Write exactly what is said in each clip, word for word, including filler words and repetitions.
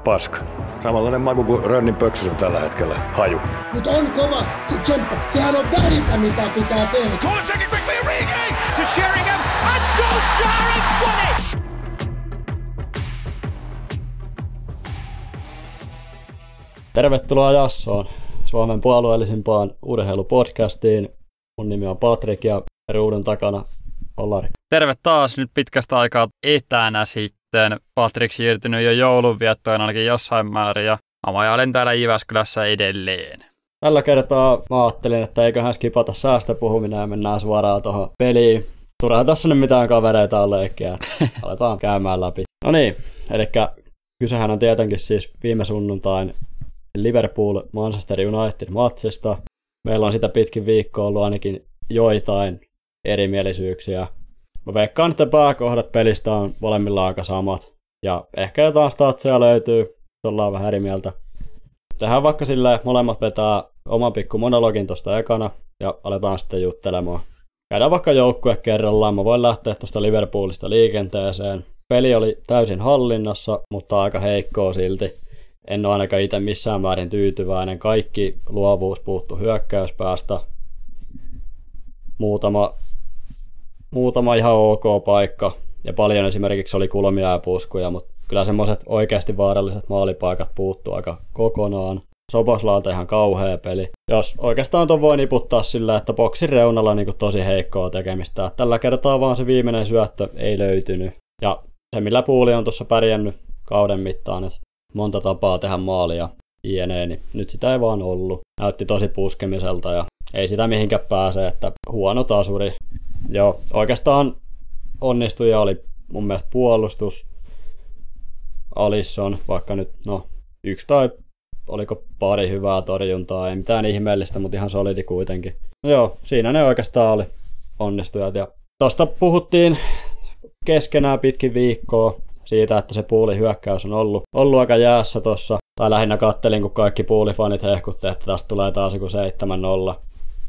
paska. Samanlainen maku kuin Rönnin pöksys on tällä hetkellä. Haju. Mut on kova se tsemppa. Sehän on vähintä mitä pitää tehdä. Kovalchuk quickly Origi to Sheringham and Solskjaer has won it! Tervetuloa Jassoon, Suomen puolueellisimpaan urheilupodcastiin. Mun nimi on Patrik ja ruudun takana on Lari. Terve taas nyt pitkästä aikaa etänä sitten. Patrik siirtynyt jo joulunviettoon ainakin jossain määrin ja mä olen täällä Jyväskylässä edelleen. Tällä kertaa mä ajattelin, että eiköhän skipata säästöpuhuminen ja mennään suoraan tuohon peliin. Turhaan tässä nyt mitään kavereita on leikkiä, aletaan käymään läpi. No niin, eli kysehän on tietenkin siis viime sunnuntain Liverpool-Manchester United-matsista. Meillä on sitä pitkin viikkoa ollut ainakin joitain erimielisyyksiä. Mä veikkaan, että pääkohdat pelistä on molemmilla aika samat. Ja ehkä jotain statseja löytyy, ollaan vähän eri mieltä. Tehdään vaikka silleen, molemmat vetää oman pikku monologin tosta ekana ja aletaan sitten juttelemaan. Käydään vaikka joukkue kerrallaan, mä voin lähteä tuosta Liverpoolista liikenteeseen. Peli oli täysin hallinnassa, mutta aika heikkoa silti. En ole ainakaan itse missään määrin tyytyväinen. Kaikki luovuus puuttui hyökkäyspäästä. Muutama, muutama ihan ok paikka. Ja paljon esimerkiksi oli kulmia ja puskuja, mutta kyllä semmoiset oikeasti vaaralliset maalipaikat puuttuu aika kokonaan. Soboslaalta ihan kauhea peli. Jos oikeastaan ton voi niputtaa sillä, että boksin reunalla niin kuin tosi heikkoa tekemistä. Tällä kertaa vaan se viimeinen syöttö ei löytynyt. Ja se millä Puuli on tuossa pärjännyt kauden mittaan, että monta tapaa tehdä maalia jne, niin nyt sitä ei vaan ollut. Näytti tosi puskemiselta ja ei sitä mihinkään pääse, että huono tasuri. Joo, oikeastaan onnistuja oli mun mielestä puolustus. Alisson, vaikka nyt no yksi tai oliko pari hyvää torjuntaa, ei mitään ihmeellistä, mutta ihan solidi kuitenkin. No joo, siinä ne oikeastaan oli onnistujat. Ja tosta puhuttiin keskenään pitkin viikkoa siitä, että se Puulin hyökkäys on ollut, ollut aika jäässä tossa. Tai lähinnä kattelin, kun kaikki Puulifanit hehkutti, että tästä tulee taas joku seitsemän nolla.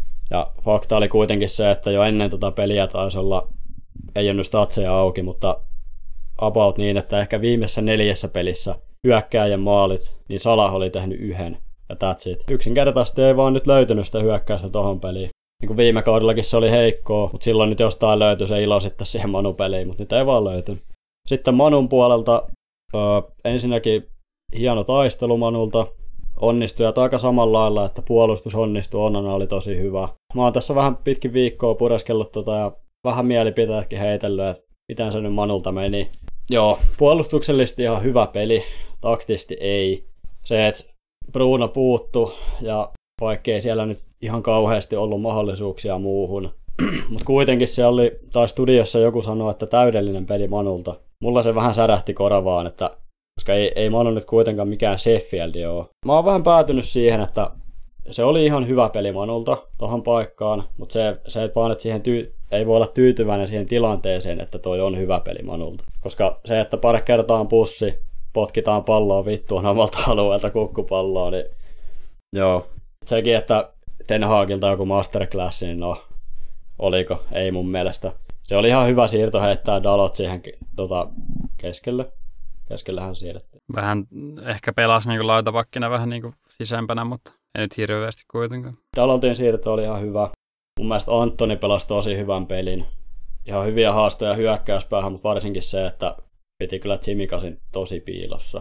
Ja fakta oli kuitenkin se, että jo ennen tota peliä taisi olla, ei ole nyt statseja auki, mutta about niin, että ehkä viimeisessä neljässä pelissä hyökkääjän maalit, niin Salah oli tehnyt yhden. Ja that's it. Yksinkertaisesti ei vaan nyt löytynyt sitä hyökkäystä tohon peliin. Niin kuin viime kaudellakin se oli heikkoa, mutta silloin nyt jostain löytyi se ilo sitten siihen Manu-peliin, mutta nyt ei vaan löytynyt. Sitten Manun puolelta öö, ensinnäkin hieno taistelu Manulta. Onnistujat aika samalla lailla, että puolustus onnistui, Onnana oli tosi hyvä. Mä oon tässä vähän pitkin viikkoa pureskellut tota ja vähän mielipiteetkin heitellyt, että miten se nyt Manulta meni. Joo, puolustuksellisesti ihan hyvä peli, taktisesti ei. Se, että Bruno puuttu ja vaikkei siellä nyt ihan kauheasti ollut mahdollisuuksia muuhun. Mutta kuitenkin se oli, tai studiossa joku sanoi, että täydellinen peli Manulta. Mulla se vähän särähti korvaan, että, koska ei, ei Manu nyt kuitenkaan mikään Sheffield ole. Mä oon vähän päätynyt siihen, että se oli ihan hyvä peli Manulta tohon paikkaan, mutta se, se että vaan, että siihen tyy, ei voi olla tyytyväinen siihen tilanteeseen, että toi on hyvä peli Manulta. Koska se, että pari kertaa on pussi, potkitaan palloa vittuun omalta alueelta kukkupalloa, niin joo. Sekin, että Ten Hagilta joku masterclass, niin no, oliko? Ei mun mielestä. Se oli ihan hyvä siirto heittää Dalot siihen tota, keskelle. Keskellähän siirrettiin. Vähän ehkä pelasi niin laitapakkina vähän niin sisempänä, mutta ei nyt hirveästi kuitenkaan. Dalotin siirto oli ihan hyvä. Mun mielestä Antoni pelasi tosi hyvän pelin. Ihan hyviä haastoja hyökkäyspäähän, mutta varsinkin se, että piti kyllä Tsimicasin tosi piilossa.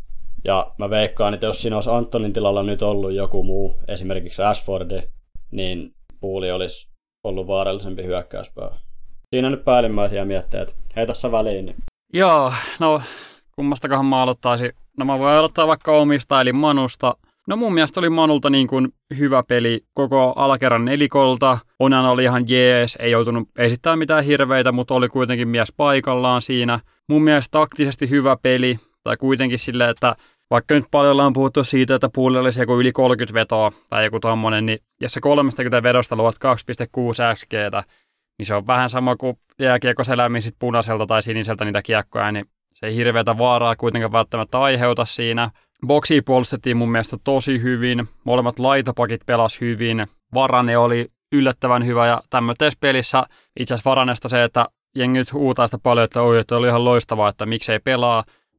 Ja mä veikkaan, että jos siinä olisi Antonin tilalla nyt ollut joku muu, esimerkiksi Rashfordi, niin Puuli olisi ollut vaarallisempi hyökkäyspää. Siinä nyt päällimmäisiä mietteitä. Heitä tässä väliin. Niin. Joo, no kummastakohan mä aloittaisin. No mä voin aloittaa vaikka omista, eli Manusta. No mun mielestä oli Manulta niin kuin hyvä peli koko alakerran nelikolta. Onan oli ihan jees, ei joutunut esittämään mitään hirveitä, mutta oli kuitenkin mies paikallaan siinä. Mun mielestä taktisesti hyvä peli, tai kuitenkin silleen, että vaikka nyt paljon ollaan puhuttu siitä, että Puolella olisi joku yli kolmekymmentä vetoa tai joku tommonen, niin jos se kolmekymmentä vedosta luot kaksi pilkku kuusi xg:tä, niin se on vähän sama kuin jääkiekko selämiin sit punaiselta tai siniseltä niitä kiekkoja, niin se ei hirveätä vaaraa kuitenkaan välttämättä aiheuta siinä. Boksia puolustettiin mun mielestä tosi hyvin, molemmat laitapakit pelas hyvin, Varane oli yllättävän hyvä ja tämmöisessä pelissä itse asiassa Varanesta se, että jengi nyt huutaa sitä paljon, että oi, että oli ihan loistavaa, että miksei pelaa.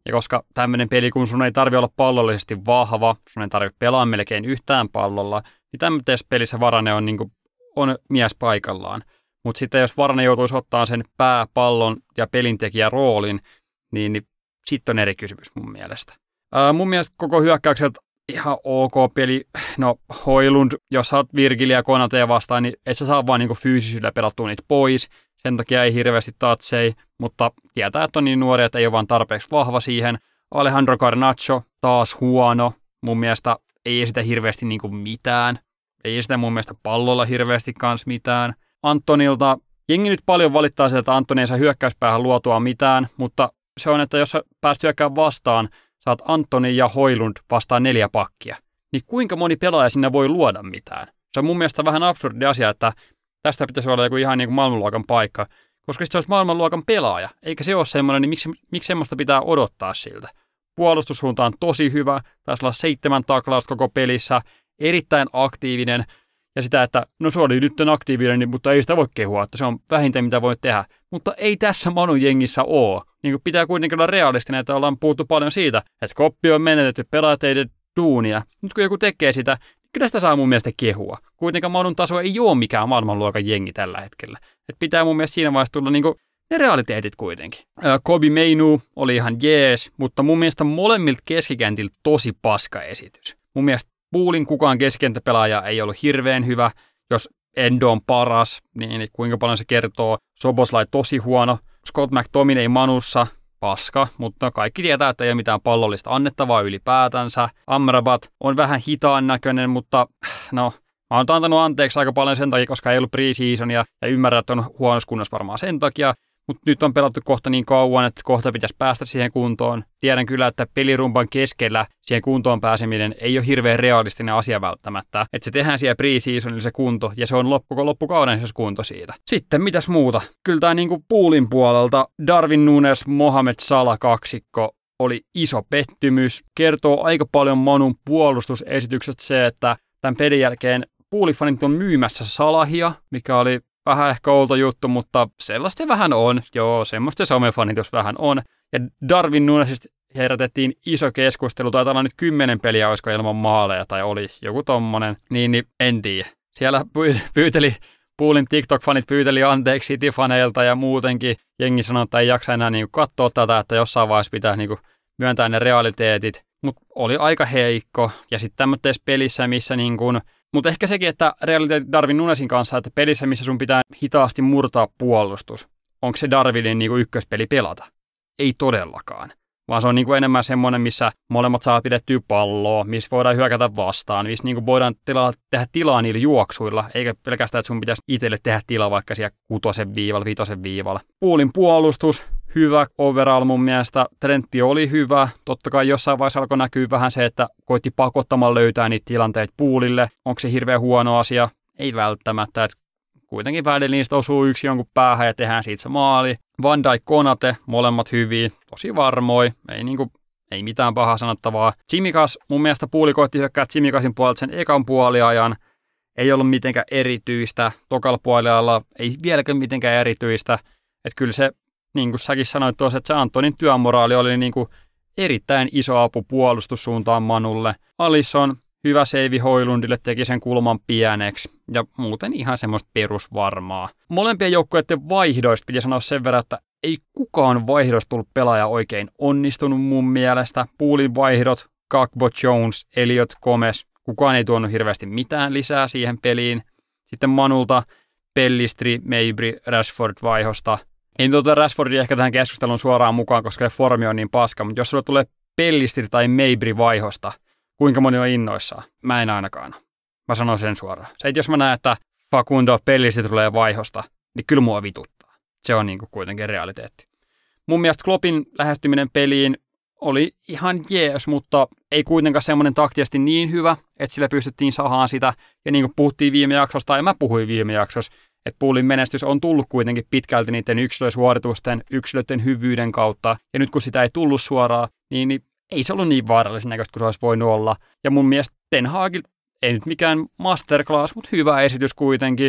Ja koska tämmöinen peli, kun sun ei tarvitse olla pallollisesti vahva, sun ei tarvitse pelaa melkein yhtään pallolla, niin tämmöisessä pelissä Varane on, niin kuin, on mies paikallaan. Mutta sitten jos Varane joutuisi ottaa sen pääpallon ja pelintekijän roolin, niin, niin sitten on eri kysymys mun mielestä. Ää, mun mielestä koko hyökkäykseltä ihan ok peli. No Højlund, jos sä oot Virgilia ja Konatea vastaan, niin et sä saa vaan niinku fyysisyydellä pelattua niitä pois. Sen takia ei hirveästi tatsei, mutta tietää, että on niin nuoria, että ei ole vaan tarpeeksi vahva siihen. Alejandro Garnacho, taas huono. Mun mielestä ei esitä hirveästi niinku mitään. Ei esitä mun mielestä pallolla hirveästi kans mitään. Antonilta, jengi nyt paljon valittaa sieltä, että Antoni ei saa hyökkäyspäähän luotua mitään, mutta se on, että jos sä pääst hyökkään vastaan, saat Antoni ja Højlund vastaan neljä pakkia, niin kuinka moni pelaaja sinne voi luoda mitään? Se on mun mielestä vähän absurdi asia, että tästä pitäisi olla joku ihan niin kuin maailmanluokan paikka, koska se olisi maailmanluokan pelaaja, eikä se ole semmoinen, niin miksi, miksi semmoista pitää odottaa siltä? Puolustussuunta on tosi hyvä, taisi olla seitsemän taklausta koko pelissä, erittäin aktiivinen, ja sitä, että no se oli nyt aktiivinen, mutta ei sitä voi kehua, että se on vähintään mitä voi tehdä. Mutta ei tässä Manun jengissä ole. Niin pitää kuitenkin olla realistinen, että ollaan puhuttu paljon siitä, että koppi on menetetty, pelaajat ei duunia. Nyt kun joku tekee sitä, niin kyllä sitä saa mun mielestä kehua. Kuitenkaan Manun taso ei ole mikään maailmanluokan jengi tällä hetkellä. Et pitää mun mielestä siinä vaiheessa tulla niinku ne realiteetit kuitenkin. Kobe Mainu oli ihan jees, mutta mun mielestä molemmilta keskikentiltä tosi paska esitys. Mun mielestä Poolin kukaan keskikenttäpelaaja ei ollut hirveän hyvä. Jos Endo on paras, niin kuinka paljon se kertoo. Soboslai tosi huono. Scott McTominay Manussa, paska, mutta kaikki tietää, että ei ole mitään pallollista annettavaa ylipäätänsä. Amrabat on vähän hitaan näköinen, mutta no, mä oon antanut anteeksi aika paljon sen takia, koska ei ollut pre-seasonia ja ymmärrän, että on huonossa kunnossa varmaan sen takia. Mutta nyt on pelattu kohta niin kauan, että kohta pitäisi päästä siihen kuntoon. Tiedän kyllä, että pelirumpan keskellä siihen kuntoon pääseminen ei ole hirveän realistinen asia välttämättä. Että se tehdään siellä pre-seasonilla se kunto, ja se on loppu, loppukauden se kunto siitä. Sitten mitäs muuta? Kyllä tämä niinku Poolin puolelta Darwin Núñez, Mohamed Salah kaksikko oli iso pettymys. Kertoo aika paljon Manun puolustusesityksestä se, että tämän pelin jälkeen Poolifanit on myymässä Salahia, mikä oli vähän ehkä outo juttu, mutta sellaista vähän on. Joo, semmoista somefanit jos vähän on. Ja Darwin Núñezista herätettiin iso keskustelu. Taitaa olla nyt kymmenen peliä, olisiko ilman maaleja, tai oli joku tommonen. Niin, niin en tiedä. Siellä pyyteli, Poolin TikTok-fanit pyyteli anteeksi City-faneilta ja muutenkin. Jengi sanoi, että ei jaksa enää niinku katsoa tätä, että jossain vaiheessa pitää niinku myöntää ne realiteetit. Mutta oli aika heikko. Ja sitten tämmöisessä pelissä, missä niinku... Mutta ehkä sekin, että realiteetti Darwin Núñezin kanssa, että pelissä, missä sun pitää hitaasti murtaa puolustus, onko se Darwinin niinku ykköspeli pelata? Ei todellakaan. Vaan se on niinku enemmän semmoinen, missä molemmat saa pidettyä palloa, missä voidaan hyökätä vastaan, missä niinku voidaan tila, tehdä tilaa niillä juoksuilla, eikä pelkästään, että sun pitäisi itselle tehdä tilaa vaikka siellä kutosen viivalla, vitosen viivalla. Poolin puolustus, hyvä overall mun mielestä. Trentti oli hyvä. Totta kai jossain vaiheessa alkoi näkyä vähän se, että koitti pakottamaan löytää niitä tilanteita Poolille. Onko se hirveän huono asia? Ei välttämättä. Et kuitenkin välillä niistä osuu yksi jonkun päähän ja tehdään siitä se maali. Van Dijk, Konate, molemmat hyviä, tosi varmoi. Ei, niinku, ei mitään pahaa sanottavaa. Tsimikas, mun mielestä Pooli koitti hyökkää Tsimikasin puolelta sen ekan puoliajan. Ei ollut mitenkään erityistä. Tokalla puoliajalla ei vieläkään mitenkään erityistä. Että kyllä se, niin kuin säkin sanoit tuossa, että se Antonin työmoraali oli niin kuin erittäin iso apu puolustussuuntaan Manulle. Alisson, hyvä seivi Højlundille, teki sen kulman pieneksi ja muuten ihan semmoista perusvarmaa. Molempien joukkueiden vaihdoista piti sanoa sen verran, että ei kukaan vaihdoista tullut pelaaja oikein onnistunut mun mielestä. Poolin vaihdot, Gakpo, Jones, Elliot, Gomez, kukaan ei tuonut hirveästi mitään lisää siihen peliin. Sitten Manulta Pellistri, Mabry, Rashford vaihosta. Ei tuota Rashfordia ehkä tähän keskusteluun suoraan mukaan, koska formi on niin paska, mutta jos sulle tulee Pellistri tai Mabry vaihosta, kuinka moni on innoissaan? Mä en ainakaan. Mä sanon sen suoraan. Se, että jos mä näen, että Facundo Pellistri tulee vaihosta, niin kyllä mua vituttaa. Se on niin kuin kuitenkin realiteetti. Mun mielestä Kloppin lähestyminen peliin oli ihan jees, mutta ei kuitenkaan semmoinen taktisesti niin hyvä, että sillä pystyttiin sahaan sitä. Ja niin kuin puhuttiin viime jaksosta, ja mä puhuin viime jaksossa, että Poolin menestys on tullut kuitenkin pitkälti niiden yksilösuoritusten, yksilöiden hyvyyden kautta. Ja nyt kun sitä ei tullut suoraan, niin, niin ei se ollut niin vaarallisen näköistä kuin se olisi voinut olla. Ja mun mielestä Ten Hagil ei nyt mikään masterclass, mutta hyvä esitys kuitenkin.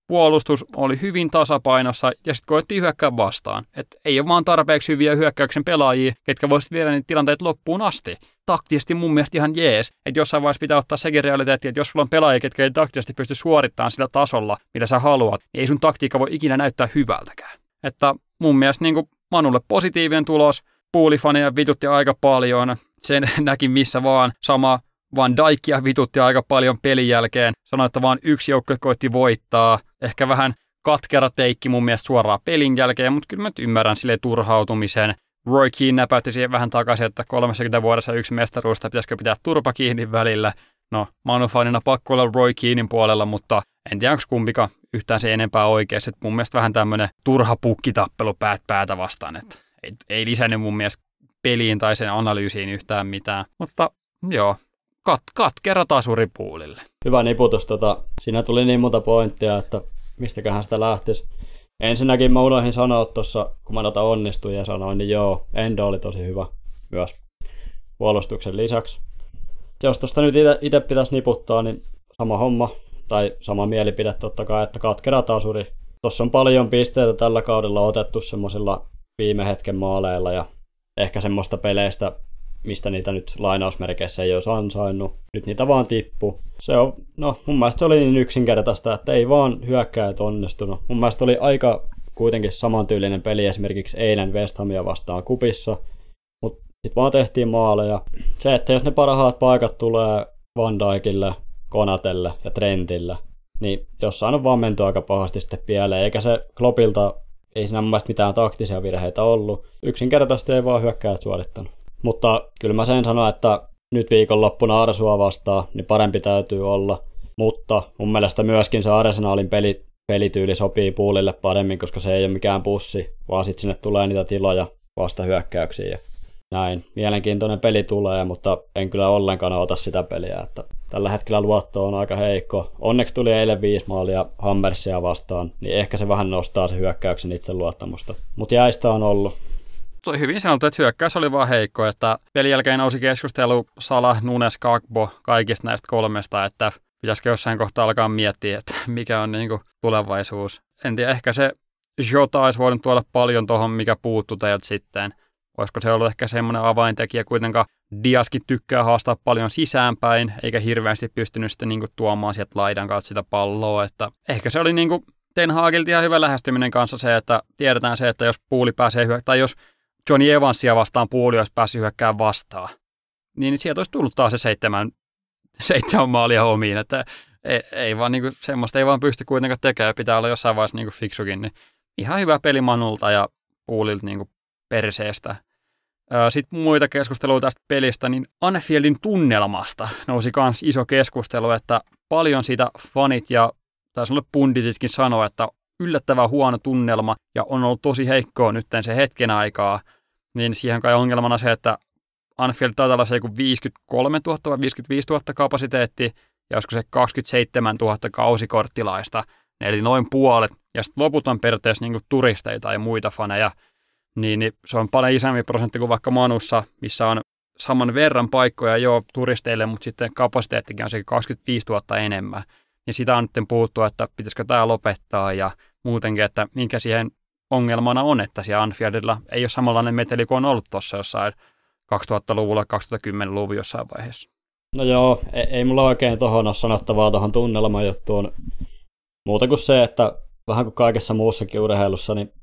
puolustus oli hyvin tasapainossa ja sitten koettiin hyökkää vastaan. Et ei ole vaan tarpeeksi hyviä hyökkäyksen pelaajia, ketkä voisivat viedä niitä tilanteet loppuun asti. Taktisesti mun mielestä ihan jees, että jossain vaiheessa pitää ottaa sekin realiteetti, että jos sulla on pelaajia, ketkä ei taktisesti pysty suorittamaan sillä tasolla, mitä sä haluat, niin ei sun taktiikka voi ikinä näyttää hyvältäkään. Että mun mielestä niin kuin Manulle positiivinen tulos, Poolifaneja vitutti aika paljon, sen näki missä vaan, sama Van Dijkia vitutti aika paljon pelin jälkeen, sanoi, että vaan yksi joukkue koitti voittaa, ehkä vähän katkera teikki mun mielestä suoraan pelin jälkeen, mutta kyllä mä ymmärrän silleen turhautumisen. Roy Keane näpäytti siihen vähän takaisin, että kolmekymmentä vuodessa yksi mestaruusta, pitäisikö pitää turpa kiinni välillä. No, Manu-fanina pakko olla Roy Keanein puolella, mutta en tiedä, onko kumpikaan yhtään se enempää oikeassa. Että mun mielestä vähän tämmöinen turha pukkitappelu päät päätä vastaan, että ei, ei lisännyt mun mielestä peliin tai sen analyysiin yhtään mitään. Mutta joo, kat, katkera tasuri Poolille. Hyvä niputus. Tota, siinä tuli niin monta pointtia, että mistäköhän sitä lähtisi. Ensinnäkin mä unohdin sanoa tuossa, kun mä noita onnistuin ja sanoin, niin joo, Endo oli tosi hyvä myös puolustuksen lisäksi. Jos tuosta nyt itse pitäisi niputtaa, niin sama homma, tai sama mielipide totta kai, että katkera tasuri. Tuossa on paljon pisteitä tällä kaudella otettu semmoisilla viime hetken maaleilla ja ehkä semmoista peleistä, mistä niitä nyt lainausmerkeissä ei olisi ansainnut. Nyt niitä vaan tippuu. Se on, no mun mielestä se oli niin yksinkertaista, että ei vaan hyökkäät onnistunut. Mun mielestä oli aika kuitenkin samantyylinen peli esimerkiksi eilen West Hamia vastaan kupissa, mutta sitten vaan tehtiin maaleja. Se, että jos ne parhaat paikat tulee Van Dijkille, Konatelle ja Trentille, niin jossain on vaan menty aika pahasti sitten pieleen, eikä se Kloppilta, ei siinä mun mielestä mitään taktisia virheitä ollut. Yksinkertaisesti ei vaan hyökkäät suorittanut. Mutta kyllä mä sen sanon, että nyt viikonloppuna Arsua vastaan, niin parempi täytyy olla. Mutta mun mielestä myöskin se Arsenalin peli, pelityyli sopii Poolille paremmin, koska se ei ole mikään pussi, vaan sitten sinne tulee niitä tiloja vasta hyökkäyksiin ja näin. Mielenkiintoinen peli tulee, mutta en kyllä ollenkaan ota sitä peliä, että tällä hetkellä luotto on aika heikko. Onneksi tuli eilen viisi maalia Hammersia vastaan, niin ehkä se vähän nostaa se hyökkäyksen itseluottamusta. Mutta jäistä on ollut. Se on hyvin sanottu, että hyökkäys oli vaan heikko, että pelin jälkeen nousi keskustelu Salah, Nunes, Gakpo, kaikista näistä kolmesta, että pitäisikö jossain kohtaa alkaa miettiä, että mikä on niin kuin tulevaisuus. En tiedä, ehkä se Jota olisi voinut tuoda paljon tuohon, mikä puuttuu teiltä sitten. Olisiko se ollut ehkä semmoinen avaintekijä, kuitenkaan Diaskin tykkää haastaa paljon sisäänpäin, eikä hirveästi pystynyt sitten niin kuin tuomaan sieltä laidan kautta sitä palloa, että ehkä se oli niin kuin Ten Hagilta ihan hyvä lähestyminen kanssa se, että tiedetään se, että jos Pooli pääsee hyökkäämään, tai jos Johnny Evansia vastaan Pooli olisi päässyt hyökkäämään vastaan, niin sieltä olisi tullut taas se seitsemän, seitsemän maalia omiin, että ei, ei vaan niin kuin, semmoista ei vaan pysty kuitenkaan tekemään, pitää olla jossain vaiheessa niin kuin fiksukin, niin ihan hyvä peli Manulta ja Poolilta niin kuin perseestä. Sitten muita keskusteluja tästä pelistä, niin Annefieldin tunnelmasta nousi myös iso keskustelu, että paljon siitä fanit ja taisi olla pundititkin sanoa, että yllättävän huono tunnelma ja on ollut tosi heikkoa nyt se hetken aikaa, niin siihen kai ongelmana se, että Anfield taitaa olla se joku viisikymmentäkolmetuhatta vai viisikymmentäviisituhatta kapasiteetti ja olisiko se kaksikymmentäseitsemäntuhatta kausikorttilaista, eli noin puolet, ja sitten loput on periaatteessa niin kuin turisteja tai muita faneja, niin, niin se on paljon isompi prosentti kuin vaikka Manussa, missä on saman verran paikkoja jo turisteille, mutta sitten kapasiteettikin on se kaksikymmentäviisituhatta enemmän. Ja sitä on nyt puhuttu, että pitäisikö tämä lopettaa ja muutenkin, että minkä siihen ongelmana on, että siellä Anfieldilla ei ole samanlainen meteli kuin on ollut tuossa jossain kaksituhattaluvulla, kaksituhattakymmenluvun jossain vaiheessa. No joo, ei, ei mulla oikein tuohon ole sanottavaa tuohon tunnelman juttuun. Muuta kuin se, että vähän kuin kaikessa muussakin urheilussa, niin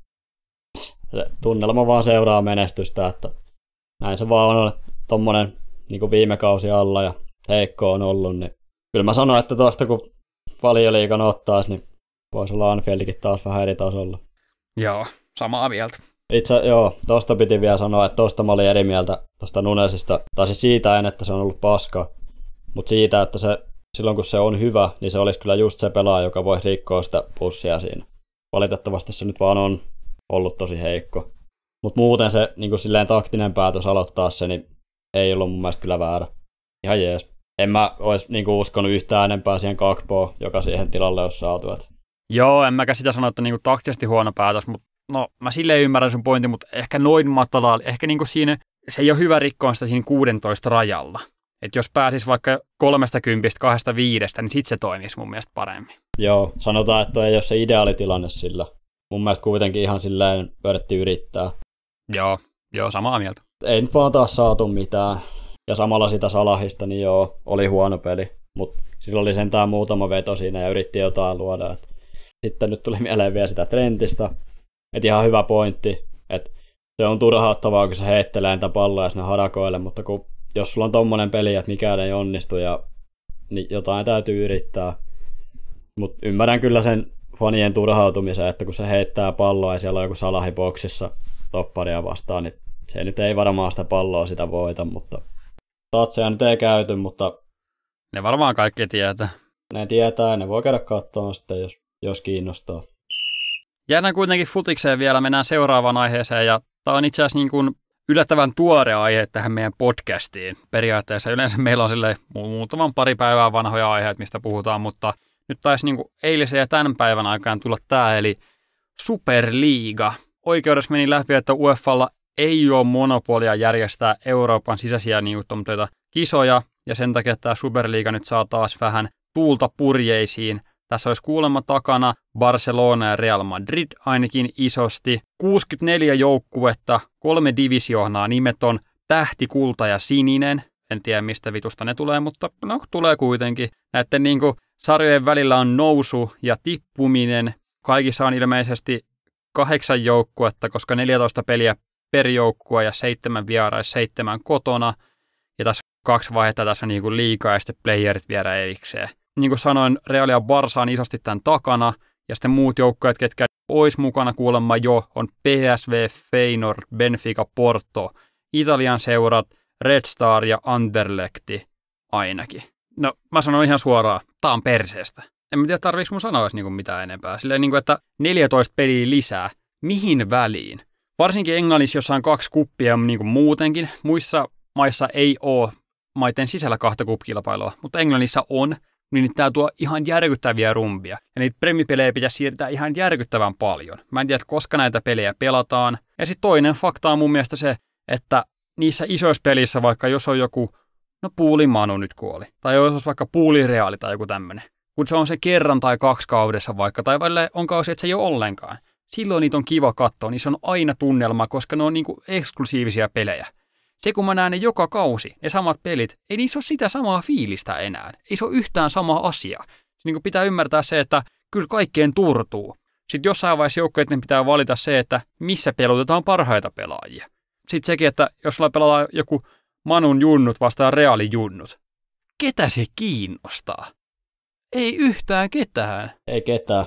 se tunnelma vaan seuraa menestystä, että näin se vaan on tommonen niin kuin viime kausi alla ja heikko on ollut, niin kyllä mä sanon, että tuosta kun Valioliigan ottaisi, niin voisi olla Anfieldikin taas vähän eri tasolla. Joo, samaa mieltä. Itse, joo, tosta piti vielä sanoa, että tosta mä olin eri mieltä tosta Nunesista, tai siis siitä en, että se on ollut paska, mutta siitä, että se, silloin kun se on hyvä, niin se olisi kyllä just se pelaaja, joka voisi rikkoa sitä pussia siinä. Valitettavasti se nyt vaan on ollut tosi heikko. Mutta muuten se niin kuin silleen taktinen päätös aloittaa se, niin ei ollut mun mielestä kyllä väärä. Ihan jees. En mä olisi niin kuin uskonut yhtään enempää siihen Gakpoon, joka siihen tilalle olisi saatu. Et. Joo, en mäkä sitä sano, että niin kuin taktisesti huono päätös, mutta no mä silleen ymmärrän sun pointin, mutta ehkä noin matalaa, ehkä niin kuin siinä, se ei ole hyvä rikkoa sitä siinä kuusitoista rajalla. Että jos pääsis vaikka kolmesta kympistä, kahdesta viidestä, niin sit se toimisi mun mielestä paremmin. Joo, sanotaan, että ei ole se ideaalitilanne sillä. Mun mielestä kuitenkin ihan silleen pyörittiin yrittää. Joo, joo, samaa mieltä. Ei nyt vaan taas saatu mitään. Ja samalla sitä Salahista, niin joo, oli huono peli. Mutta sillä oli sentään muutama veto siinä ja yritti jotain luoda. Et sitten nyt tuli mieleen vielä sitä Trentistä. Että ihan hyvä pointti. Että se on turhauttavaa, kun se heittelee niitä palloja sinne harakoille. Mutta kun, jos sulla on tommonen peli, että mikään ei onnistu ja niin jotain täytyy yrittää. Mutta ymmärrän kyllä sen fanien turhautumisen, että kun se heittää palloa ja siellä on joku Salahi boksissa topparia vastaan, niin se nyt ei varmaan sitä palloa sitä voita, mutta tatseja nyt ei käyty, mutta ne varmaan kaikki tietää. Ne tietää ja ne voi käydä katsomaan sitten, jos, jos kiinnostaa. Jäädään kuitenkin futikseen vielä, mennään seuraavaan aiheeseen, ja tämä on itse asiassa niin kuin yllättävän tuore aihe tähän meidän podcastiin. Periaatteessa yleensä meillä on silleen muutaman pari päivää vanhoja aiheita, mistä puhutaan, mutta nyt taisi niin kuin eilisen ja tämän päivän aikaan tulla tämä, eli Superliiga. Oikeudessa meni läpi, että UEFalla ei ole monopolia järjestää Euroopan sisäisiä niin kuin kisoja, ja sen takia tämä Superliiga nyt saa taas vähän tuulta purjeisiin. Tässä olisi kuulemma takana Barcelona ja Real Madrid ainakin isosti. kuusikymmentäneljä joukkuetta, kolme divisioonaa, nimet on Tähti, Kulta ja Sininen. En tiedä mistä vitusta ne tulee, mutta no tulee kuitenkin. Näiden niin kuin sarjojen välillä on nousu ja tippuminen. Kaikissa on ilmeisesti kahdeksan joukkuetta, koska neljätoista peliä per joukkue ja seitsemän vierais, seitsemän kotona. Ja tässä on kaksi vaihetta, tässä on niin kuin liigaa ja sitten playerit vielä erikseen. Niin kuin sanoin, Real ja Barça on isosti tämän takana, ja sitten muut joukkueet, ketkä olisi mukana kuulemma jo, on P S V, Feyenoord, Benfica, Porto, Italian seurat, Red Star ja Anderlecht ainakin. No, mä sanon ihan suoraan, tää on perseestä. En tiedä, tarviiko mun sanoa niin mitään enempää. Silleen, niin kuin, että neljätoista peliä lisää, mihin väliin? Varsinkin Englannissa, jossa on kaksi kuppia niin kuin muutenkin. Muissa maissa ei ole maiden sisällä kahta kuppikilpailua, mutta Englannissa on. Niin tämä tuo ihan järkyttäviä rumpia. Ja niitä premipelejä pitäisi siirtää ihan järkyttävän paljon. Mä en tiedä, koska näitä pelejä pelataan. Ja sitten toinen fakta on mun mielestä se, että niissä isoissa pelissä, vaikka jos on joku, no Puuli Manu nyt kuoli, tai jos olisi vaikka Puuli Reaali tai joku tämmöinen, kun se on se kerran tai kaksi kaudessa vaikka, tai välillä on kausi, että se ei ole ollenkaan. Silloin niitä on kiva katsoa, niin se on aina tunnelma, koska ne on niinku eksklusiivisia pelejä. Se, kun mä näen ne joka kausi, ne samat pelit, ei niissä ole sitä samaa fiilistä enää. Ei se ole yhtään sama asia. Niin pitää ymmärtää se, että kyllä kaikkeen turtuu. Sitten jossain vaiheessa joukkueiden pitää valita se, että missä pelutetaan parhaita pelaajia. Sitten sekin, että jos sulla pelataan joku Manun junnut vastaan Realin junnut. Ketä se kiinnostaa? Ei yhtään ketään. Ei ketään.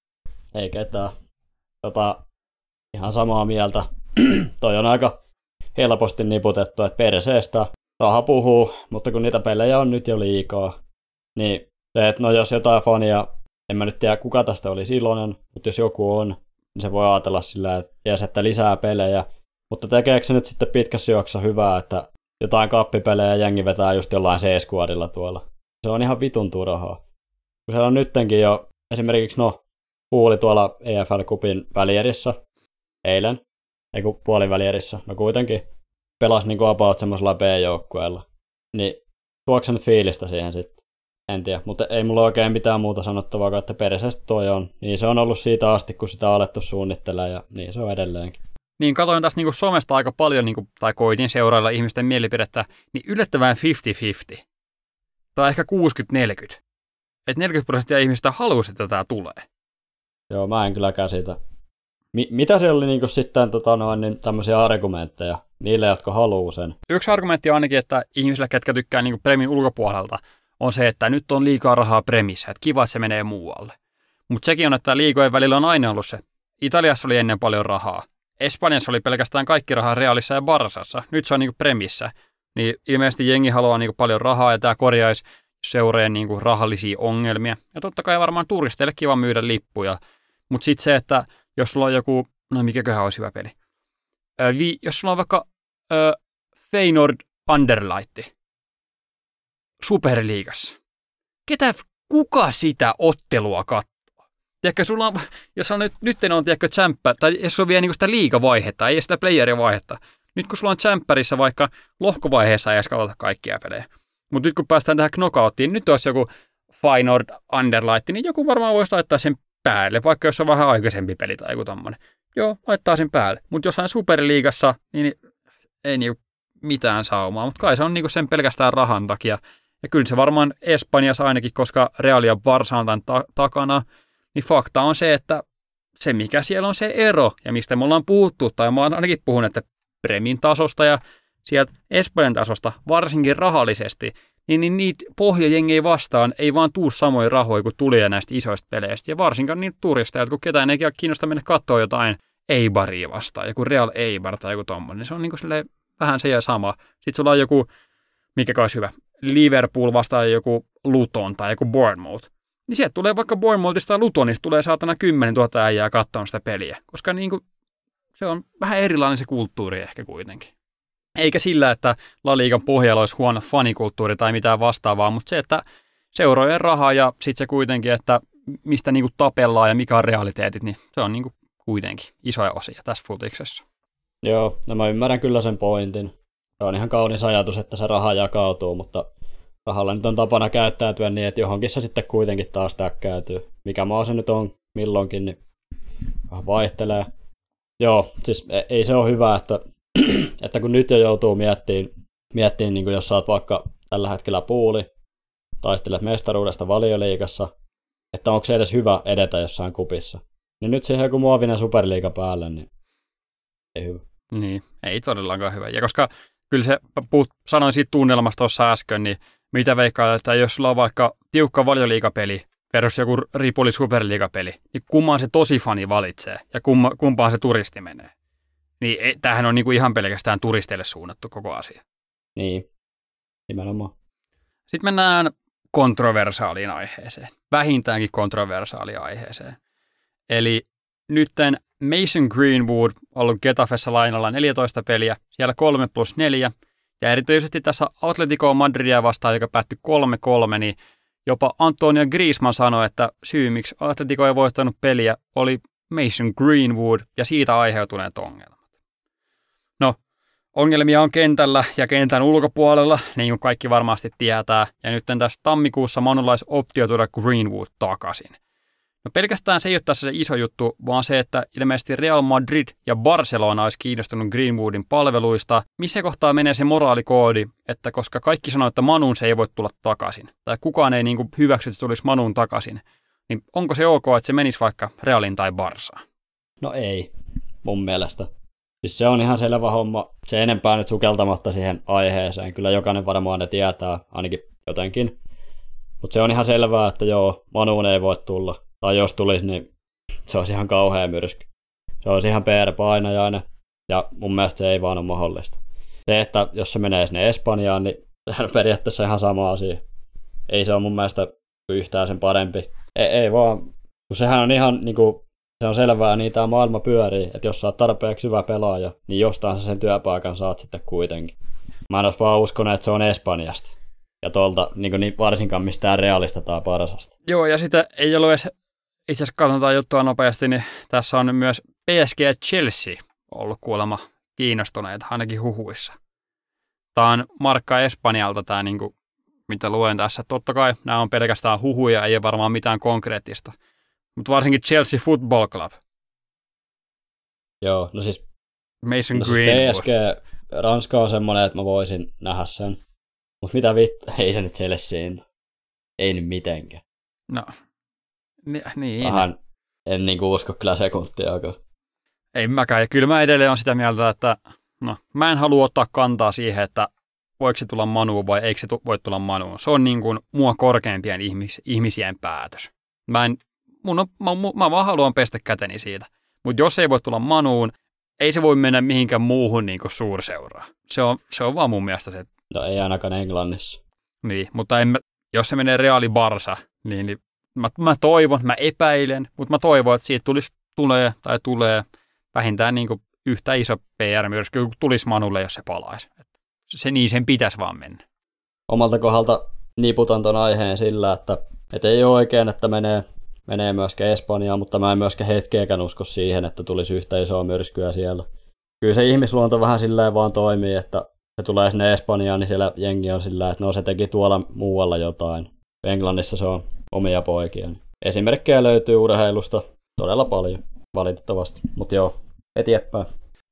Ei ketään. Tota, ihan samaa mieltä. Toi on aika helposti niputettu, että perseestä raha puhuu, mutta kun niitä pelejä on nyt jo liikaa, niin se, että no jos jotain fania, en mä nyt tiedä kuka tästä oli silloinen, mutta jos joku on, niin se voi ajatella sillä, että jes, että lisää pelejä, mutta tekeekö se nyt sitten pitkässä juoksussa hyvää, että jotain kappipelejä jengi vetää just jollain C-skuadilla tuolla. Se on ihan vitun turhaa. Kun siellä on nyttenkin jo esimerkiksi no, Puuli tuolla E F L-kupin välierissä eilen, ei kun puolivälierissä, no kuitenkin pelasi niin kuin about semmoisella B-joukkueella. Niin tuoksi se nyt fiilistä siihen sitten? En tiedä, mutta ei mulla oikein mitään muuta sanottavaa, että perseestä toi on. Niin se on ollut siitä asti, kun sitä on alettu suunnittelemaan ja niin se on edelleenkin. Niin katsoin tässä niin kuin somesta aika paljon, niin kuin, tai koitin seurailla ihmisten mielipidettä, niin yllättävän viisikymmentä viisikymmentä. Tai ehkä kuusikymmentä neljäkymmentä. Että neljäkymmentä prosenttia ihmistä haluaisi, että tämä tulee. Joo, mä en kyllä käsitä. Mi- mitä se oli niinku sitten tota noin, niin tämmöisiä argumentteja niille, jotka haluaa sen? Yksi argumentti on ainakin, että ihmisille, ketkä tykkää niinku Premin ulkopuolelta, on se, että nyt on liikaa rahaa Premissä, että kiva, että se menee muualle. Mutta sekin on, että liigojen välillä on aina ollut se. Italiassa oli ennen paljon rahaa. Espanjassa oli pelkästään kaikki rahaa Realissa ja Barsassa. Nyt se on niinku Premissä. Niin ilmeisesti jengi haluaa niinku paljon rahaa ja tämä korjaisi seureen niinku rahallisia ongelmia. Ja totta kai varmaan turisteille kiva myydä lippuja. Mutta sitten se, että jos sulla on joku, no mikäköhän olisi hyvä peli. Öö, vi, jos sulla on vaikka öö, Feyenoord Anderlecht Superliigassa. Ketä, kuka sitä ottelua katsoo? Tiedätkö, sulla on, jos on nyt, nyt on tiedätkö, tsempä, tai jos on vielä niin sitä liigavaihetta, ei sitä playerivaihetta. Nyt kun sulla on tsemppärissä vaikka lohkovaiheessa ei edes katsota kaikkia pelejä. Mutta nyt kun päästään tähän knockouttiin, nyt olisi joku Feyenoord Anderlecht, niin joku varmaan voisi laittaa sen päälle, vaikka jos on vähän aikaisempi peli tai joku tommonen. Joo, laittaa sen päälle. Mutta jossain Superliigassa, niin ei niinku mitään saumaa. Mutta kai se on niinku sen pelkästään rahan takia. Ja kyllä se varmaan Espanjassa ainakin, koska Real ja Barça on tämän ta- takana, niin fakta on se, että se mikä siellä on se ero, ja mistä me ollaan puhuttu, tai mä oon ainakin puhunut, että Premin tasosta ja sieltä Espanjan tasosta, varsinkin rahallisesti, niin, niin niitä pohjajengejä vastaan ei vaan tuu samoja rahoja kuin tulee näistä isoista peleistä. Ja varsinkaan niitä turisteilta, kun ketään ei kiinnosta mennä katsoa jotain Eibaria vastaan, joku Real Eibar tai joku tommoinen. Se on niin kuin vähän se ja sama. Sitten sulla on joku, mikä olisi hyvä, Liverpool vastaan joku Luton tai joku Bournemouth. Niin sieltä tulee vaikka Bournemouthista tai Lutonista tulee saatana kymmenen tuhatta äijää katsomaan sitä peliä. Koska niin kuin, se on vähän erilainen se kulttuuri ehkä kuitenkin. Eikä sillä, että La Ligan pohjalla olisi huono fanikulttuuri tai mitään vastaavaa, mutta se, että seurojen rahaa ja sitten se kuitenkin, että mistä niinku tapellaan ja mikä on realiteetit, niin se on niinku kuitenkin isoja osia tässä futiksessa. Joo, no mä ymmärrän kyllä sen pointin. Se on ihan kaunis ajatus, että se raha jakautuu, mutta rahalla nyt on tapana käyttäytyä niin, että johonkin se sitten kuitenkin taas täkkäytyy. Mikä maa se nyt on milloinkin, niin vähän vaihtelee. Joo, siis ei se ole hyvä, että että kun nyt jo joutuu miettimään, miettimään niin kuin jos sä oot vaikka tällä hetkellä puuli, taistelet mestaruudesta Valioliigassa, että onko se edes hyvä edetä jossain kupissa. Niin nyt siihen joku muovinen superliiga päälle, niin ei hyvä. Niin, ei todellakaan hyvä. Ja koska kyllä se, puhut, sanoin siitä tunnelmasta tuossa äsken, niin mitä veikkaa, että jos sulla on vaikka tiukka Valioliigapeli versus joku Ripoli superliigapeli, niin kummaan se tosi fani valitsee ja kumma, kumpaan se turisti menee. Niin tämähän on niinku ihan pelkästään turisteille suunnattu koko asia. Niin, nimenomaan. Sitten mennään kontroversaaliin aiheeseen. Vähintäänkin kontroversaaliin aiheeseen. Eli nytten Mason Greenwood on ollut Getafessa lainalla neljätoista peliä, siellä kolme plus neljä. Ja erityisesti tässä Atletico Madridia vastaan, joka päättyi kolme kolme, niin jopa Antonio Griezmann sanoi, että syy miksi Atletico ei voittanut peliä oli Mason Greenwood ja siitä aiheutuneet ongelmat. No, ongelmia on kentällä ja kentän ulkopuolella, niin kuin kaikki varmasti tietää, ja nyt tässä tammikuussa Manulla olisi optio tuoda Greenwood takaisin. No pelkästään se ei ole tässä se iso juttu, vaan se, että ilmeisesti Real Madrid ja Barcelona olisi kiinnostunut Greenwoodin palveluista. Missä kohtaa menee se moraalikoodi, että koska kaikki sanoo, että Manun se ei voi tulla takaisin, tai kukaan ei niin kuin hyväksy, että se tulisi Manun takaisin, niin onko se ok, että se menisi vaikka Realin tai Barsaan? No ei, mun mielestä. Siis se on ihan selvä homma, se enempää nyt sukeltamatta siihen aiheeseen. Kyllä jokainen varmaan ne tietää, ainakin jotenkin. Mutta se on ihan selvää, että joo, Manuun ei voi tulla. Tai jos tulisi, niin se olisi ihan kauhea myrsky. Se olisi ihan P R-painajainen, ja mun mielestä se ei vaan ole mahdollista. Se, että jos se menee sinne Espanjaan, niin se on periaatteessa ihan sama asia. Ei se ole mun mielestä yhtään sen parempi. Ei, ei vaan, kun sehän on ihan niinku, se on selvää, niin tämä maailma pyörii, että jos sä oot tarpeeksi hyvä pelaaja, niin jostain sä sen työpaikan saat sitten kuitenkin. Mä en olisi vaan uskonut, että se on Espanjasta. Ja tuolta niin niin varsinkaan mistään Realista tai Barsasta. Joo, ja sitä ei ollut edes, itse asiassa katsotaan juttua nopeasti, niin tässä on myös P S G ja Chelsea ollut kuulemma kiinnostuneita, ainakin huhuissa. Tämä on Markka Espanjalta tämä, niin kuin, mitä luen tässä. Totta kai nämä on pelkästään huhuja, ei ole varmaan mitään konkreettista. Mutta varsinkin Chelsea Football Club. Joo, no siis, Mason no siis Greenwood. P S G, Ranska on semmoinen, että mä voisin nähdä sen. Mutta mitä vittu, ei se nyt Chelseain. Ei nyt mitenkään. No, ni- niin. Vähän en niinku usko kyllä sekuntiakaan. Ei mäkään. Ja kyllä mä edelleen on sitä mieltä, että no, mä en halua ottaa kantaa siihen, että voiko se tulla Manuun vai eikö se tu- voi tulla Manuun. Se on niin kuin mua korkeampien ihmis- ihmisien päätös. Mä, en, mun on, mä, mä vaan haluan pestä käteni siitä. Mutta jos ei voi tulla Manuun, ei se voi mennä mihinkään muuhun niin kuin suurseuraan. Se on, se on vaan mun mielestä se. No ei ainakaan Englannissa. Niin, mutta en mä, jos se menee Reali Barsa, niin, niin mä, mä toivon, mä epäilen, mutta mä toivon, että siitä tulisi, tulee tai tulee vähintään niin kuin yhtä iso P R-myrsky kuin tulisi Manulle, jos se palaisi. Se niin sen pitäisi vaan mennä. Omalta kohdalta niputan ton aiheen sillä, että et ei ole oikein, että menee, menee myöskään Espanjaan, mutta mä en myöskään hetkeäkään usko siihen, että tulisi yhtä isoa myrskyä siellä. Kyllä se ihmisluonto vähän silleen vaan toimii, että se tulee sinne Espanjaan, niin siellä jengi on sillä, että no se teki tuolla muualla jotain. Englannissa se on omia poikia. Esimerkkejä löytyy urheilusta todella paljon, valitettavasti. Mutta joo, eteenpäin.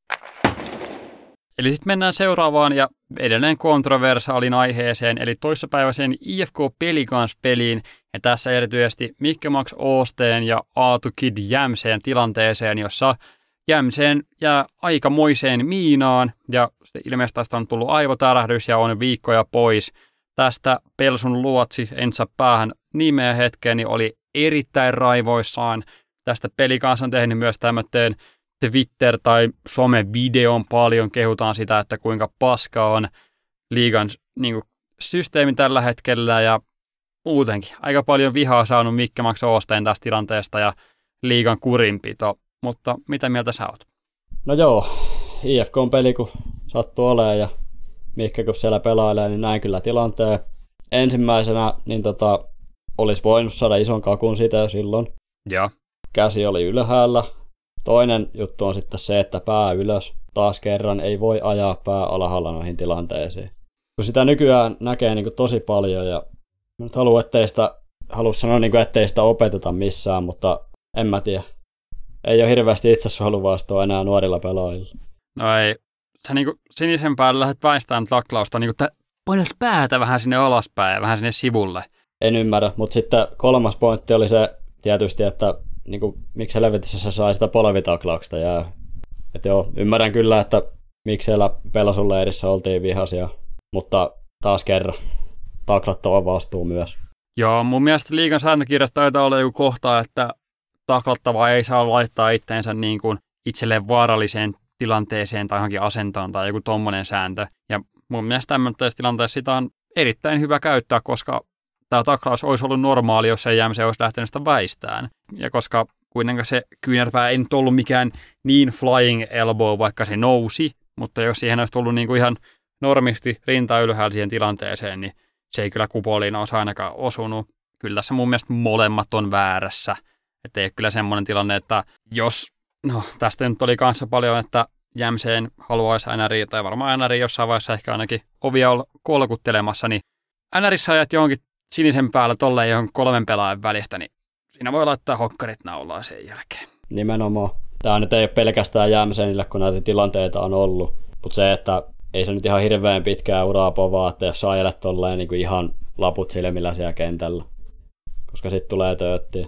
Eli sitten mennään seuraavaan ja edelleen kontroversaalin aiheeseen, eli toissapäiväiseen I F K Pelicans-peliin, ja tässä erityisesti Mikke Max Oosteen ja Aatu Kid Jämseen tilanteeseen, jossa Jämseen jää aikamoiseen miinaan, ja ilmeisesti tästä on tullut aivotärähdys ja on viikkoja pois. Tästä Pelsun luotsi, en saa päähän nimeä hetkeen, niin oli erittäin raivoissaan. Tästä Pelicans on tehnyt myös tämmöinen Twitter- tai some-videon paljon, kehutaan sitä, että kuinka paska on liigan niin kuin, systeemi tällä hetkellä, ja muutenkin aika paljon vihaa saanut Mikke Max Oosteen tästä tilanteesta ja liigan kurinpito. Mutta mitä mieltä sä oot? No joo, I F K-peli kun sattuu olemaan ja Mikke kun siellä pelailee, niin näin kyllä tilanteen. Ensimmäisenä niin tota, olisi voinut saada ison kakun siitä jo silloin. Joo. Käsi oli ylhäällä. Toinen juttu on sitten se, että pää ylös. Taas kerran ei voi ajaa pää alhaalla noihin tilanteisiin. Kun sitä nykyään näkee niin kuin tosi paljon ja nyt haluan, ettei sitä, halua sanoa, niin kuin, ettei sitä opeteta missään, mutta en mä tiedä. Ei ole hirveästi itsesuojeluvastua enää nuorilla pelaajilla. No ei. Sä niin kuin sinisen päällä lähdet väistämään taklausta, niin kuin painat päätä vähän sinne alaspäin ja vähän sinne sivulle. En ymmärrä, mutta sitten kolmas pointti oli se tietysti, että niin kuin, miksi helvetissä se sai sitä polvitaklauksesta jää. Että joo, ymmärrän kyllä, että miksi siellä Pelasuleirissä oltiin vihaisia, mutta taas kerran taklattava vastuu myös. Joo, mun mielestä liigan sääntökirjassa taitaa olla joku kohta, että taklattava ei saa laittaa itteensä niin kuin itselleen vaaralliseen tilanteeseen tai johonkin asentoon tai joku tommonen sääntö. Ja mun mielestä tämmöisessä tilanteessa sitä on erittäin hyvä käyttää, koska tämä taklaus olisi ollut normaali, jos ei Jämse olisi lähtenyt sitä väistään. Ja koska kuitenkaan se kyynärpää ei nyt ollut mikään niin flying elbow, vaikka se nousi, mutta jos siihen olisi tullut niin kuin ihan normisti rinta ylhäällä siihen tilanteeseen, niin se ei kyllä kupoliin olisi ainakaan osunut. Kyllä tässä mun mielestä molemmat on väärässä. Että ei ole kyllä semmoinen tilanne, että jos, no tästä nyt oli kanssa paljon, että Jämseen haluaisi N R I, tai varmaan N R I jossain vaiheessa ehkä ainakin ovia olla kolkuttelemassa, niin N R Issä ajat johonkin sinisen päällä tolleen johon kolmen pelaajan välistä, niin siinä voi laittaa hokkarit naulaan sen jälkeen. Nimenomaan. Tämä nyt ei ole pelkästään Jämsenille, kun näitä tilanteita on ollut, mutta se, että ei se nyt ihan hirveän pitkää uraa povaa, että jos sä ajelet tolleen niin kuin ihan laput silmillä siellä kentällä, koska sitten tulee tööttiä.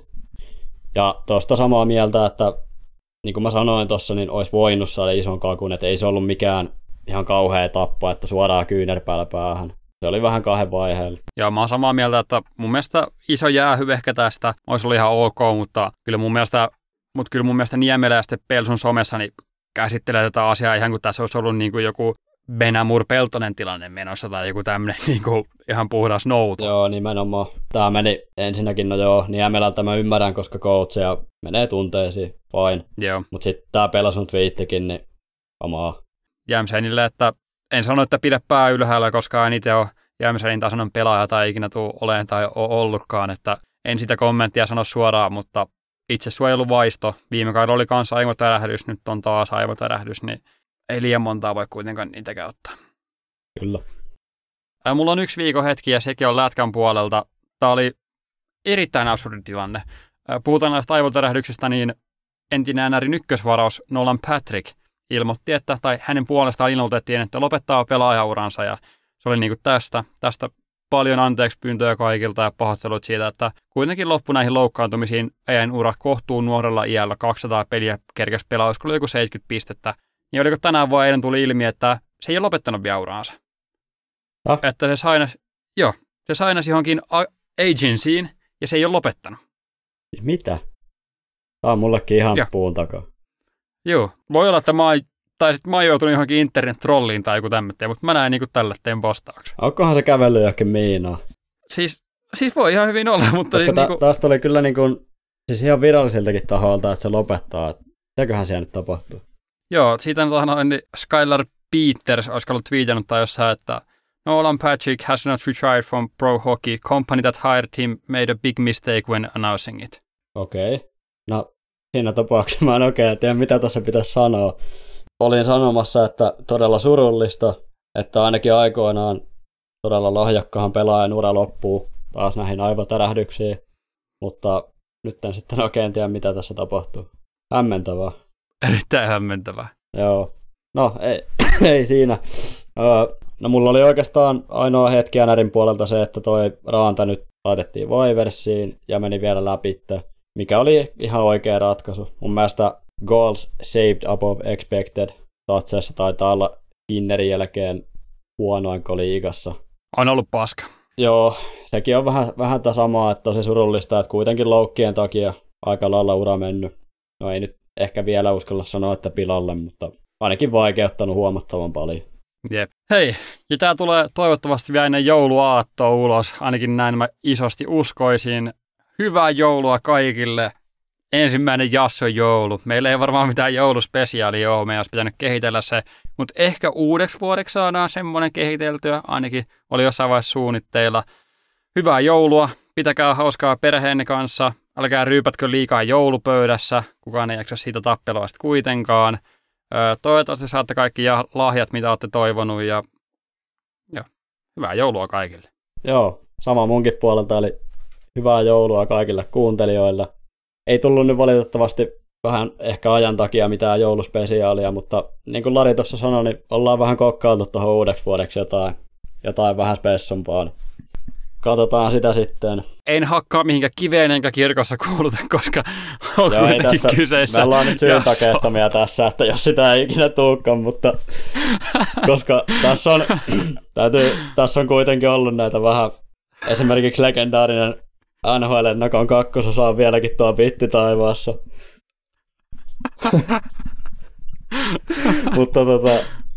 Ja tuosta samaa mieltä, että niin kuin mä sanoin tuossa, niin olisi voinut saada ison kakun, että ei se ollut mikään ihan kauhea tappo, että suoraan kyynärpäällä päähän. Se oli vähän kahden vaiheella. Joo, mä oon samaa mieltä, että mun mielestä iso jäähy ehkä tästä olisi ollut ihan ok, mutta kyllä mun mielestä, mutta kyllä mun mielestä Niemelä ja sitten Pelsun somessa niin käsittelee tätä asiaa ihan kuin tässä olisi ollut niin kuin joku Benamur-Peltonen tilanne menossa tai joku tämmöinen niin kuin ihan puhdas nouto. Joo, nimenomaan. Tämä meni ensinnäkin, no joo, Niemelältä mä ymmärrän, koska coachia menee tunteisiin, fine. Joo. Mutta sitten tämä Pelsun twiittikin, niin omaa. Jämsenille, että en sano, että pidä pää ylhäällä, koska en itse ole Jämsenin tasoinen pelaaja tai ikinä tule olemaan tai ole ollutkaan, että en sitä kommenttia sano suoraan, mutta itse suojeluvaisto. Viime kaudella oli kanssa aivotärähdys, nyt on taas aivotärähdys, niin ei liian montaa voi kuitenkaan niitäkään ottaa. Kyllä. Ää, mulla on yksi viikon hetki ja sekin on lätkän puolelta. Tämä oli erittäin absurdi tilanne. Ää, puhutaan näistä aivotärähdyksistä, niin entinen N R:n ykkösvaraus Nolan Patrick ilmoitti, että, tai hänen puolestaan ilmoitettiin, että lopettaa pelaajauransa ja se oli niin kuin tästä, tästä paljon anteeksi pyyntöjä kaikilta ja pahoittelut siitä, että kuitenkin loppu näihin loukkaantumisiin ajan ura kohtuu nuorella iällä kaksisataa peliä kerkesi pelaa, olisiko joku seitsemänkymmentä pistettä. Niin oliko tänään vai eilen tuli ilmi, että se ei ole lopettanut vielä uraansa. Ah. Että se sainasi, joo, se sainasi johonkin agencyin ja se ei ole lopettanut. Mitä? Tämä on mullekin ihan Joo. puun takaa. Joo, voi olla, että mä oon, tai sitten mä oon joutunut johonkin internet-trolliin tai joku tämmöinen, mutta mä näen niin kuin tällä teen postauksen. Onkohan se kävellyt johonkin miinaan? Siis, siis voi ihan hyvin olla, mutta Koska siis ta- niinku... taas oli kyllä niin kuin, siis ihan virallisiltakin tahoilta, että se lopettaa. Mitäköhän siellä nyt tapahtuu? Joo, siitä on niin Skylar Peters, olisiko ollut twiitannut tai jossain, että Nolan Patrick has not retired from pro hockey. Company that hired him made a big mistake when announcing it. Okei. Okay. No, siinä tapauksessa mä en oikein tiedä, mitä tässä pitäisi sanoa. Olin sanomassa, että todella surullista, että ainakin aikoinaan todella lahjakkahan pelaajan ura loppuu taas näihin aivotärähdyksiin, mutta nyt en sitten oikein tiedä, mitä tässä tapahtuu. Hämmentävää. Erittäin hämmentävää. Joo. No, ei, ei siinä. Öö, no mulla oli oikeastaan ainoa hetki NRin puolelta se, että toi Raanta nyt laitettiin waiversiin ja meni vielä läpi, mikä oli ihan oikea ratkaisu. Mun mielestä goals saved above expected tatseessa taitaa olla Kinnerin jälkeen huonoinko liigassa. On ollut paska. Joo, sekin on vähän, vähän tätä samaa, että tosi surullista, että kuitenkin loukkien takia aika lailla ura mennyt. No ei nyt ehkä vielä uskalla sanoa, että pilalle, mutta ainakin vaikeuttanut huomattavan paljon. Jep. Hei, ja tää tulee toivottavasti vielä ennen jouluaattoa ulos, ainakin näin mä isosti uskoisin. Hyvää joulua kaikille. Ensimmäinen Jasson joulu. Meillä ei varmaan mitään jouluspesiaalia ole, meidän olisi pitänyt kehitellä se, mutta ehkä uudeksi vuodeksi saadaan semmoinen kehiteltyä, ainakin oli jossain vaiheessa suunnitteilla. Hyvää joulua, pitäkää hauskaa perheenne kanssa, älkää ryypätkö liikaa joulupöydässä, kukaan ei jaksa siitä tappelua sitten kuitenkaan. Toivottavasti saatte kaikki lahjat, mitä olette toivonut, ja, ja hyvää joulua kaikille. Joo, sama munkin puolelta, eli hyvää joulua kaikille kuuntelijoille. Ei tullut nyt valitettavasti vähän ehkä ajan takia mitään jouluspesiaalia, mutta niin kuin Lari tuossa sanoi, niin ollaan vähän kokkailtu tuohon uudeksi vuodeksi jotain, jotain vähän spessumpaa. Katsotaan sitä sitten. En hakkaa mihinkään kiveen enkä kirkossa kuuluta, koska on Joo, kuitenkin tässä, kyseessä. Me ollaan nyt syyntakeettomia tässä, että jos sitä ei ikinä tulekaan, mutta koska tässä on, täytyy, tässä on kuitenkin ollut näitä vähän, esimerkiksi legendaarinen N H L-ennakon kakkososa on vieläkin tuo bitti taivaassa. Mutta tota,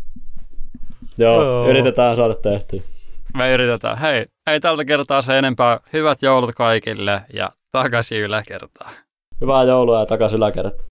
joo, yritetään saada tehtyä. Me yritetään. Hei, ei tältä kertaa se enempää. Hyvät joulut kaikille ja takaisin yläkertaan. Hyvää joulua ja takaisin yläkertaan.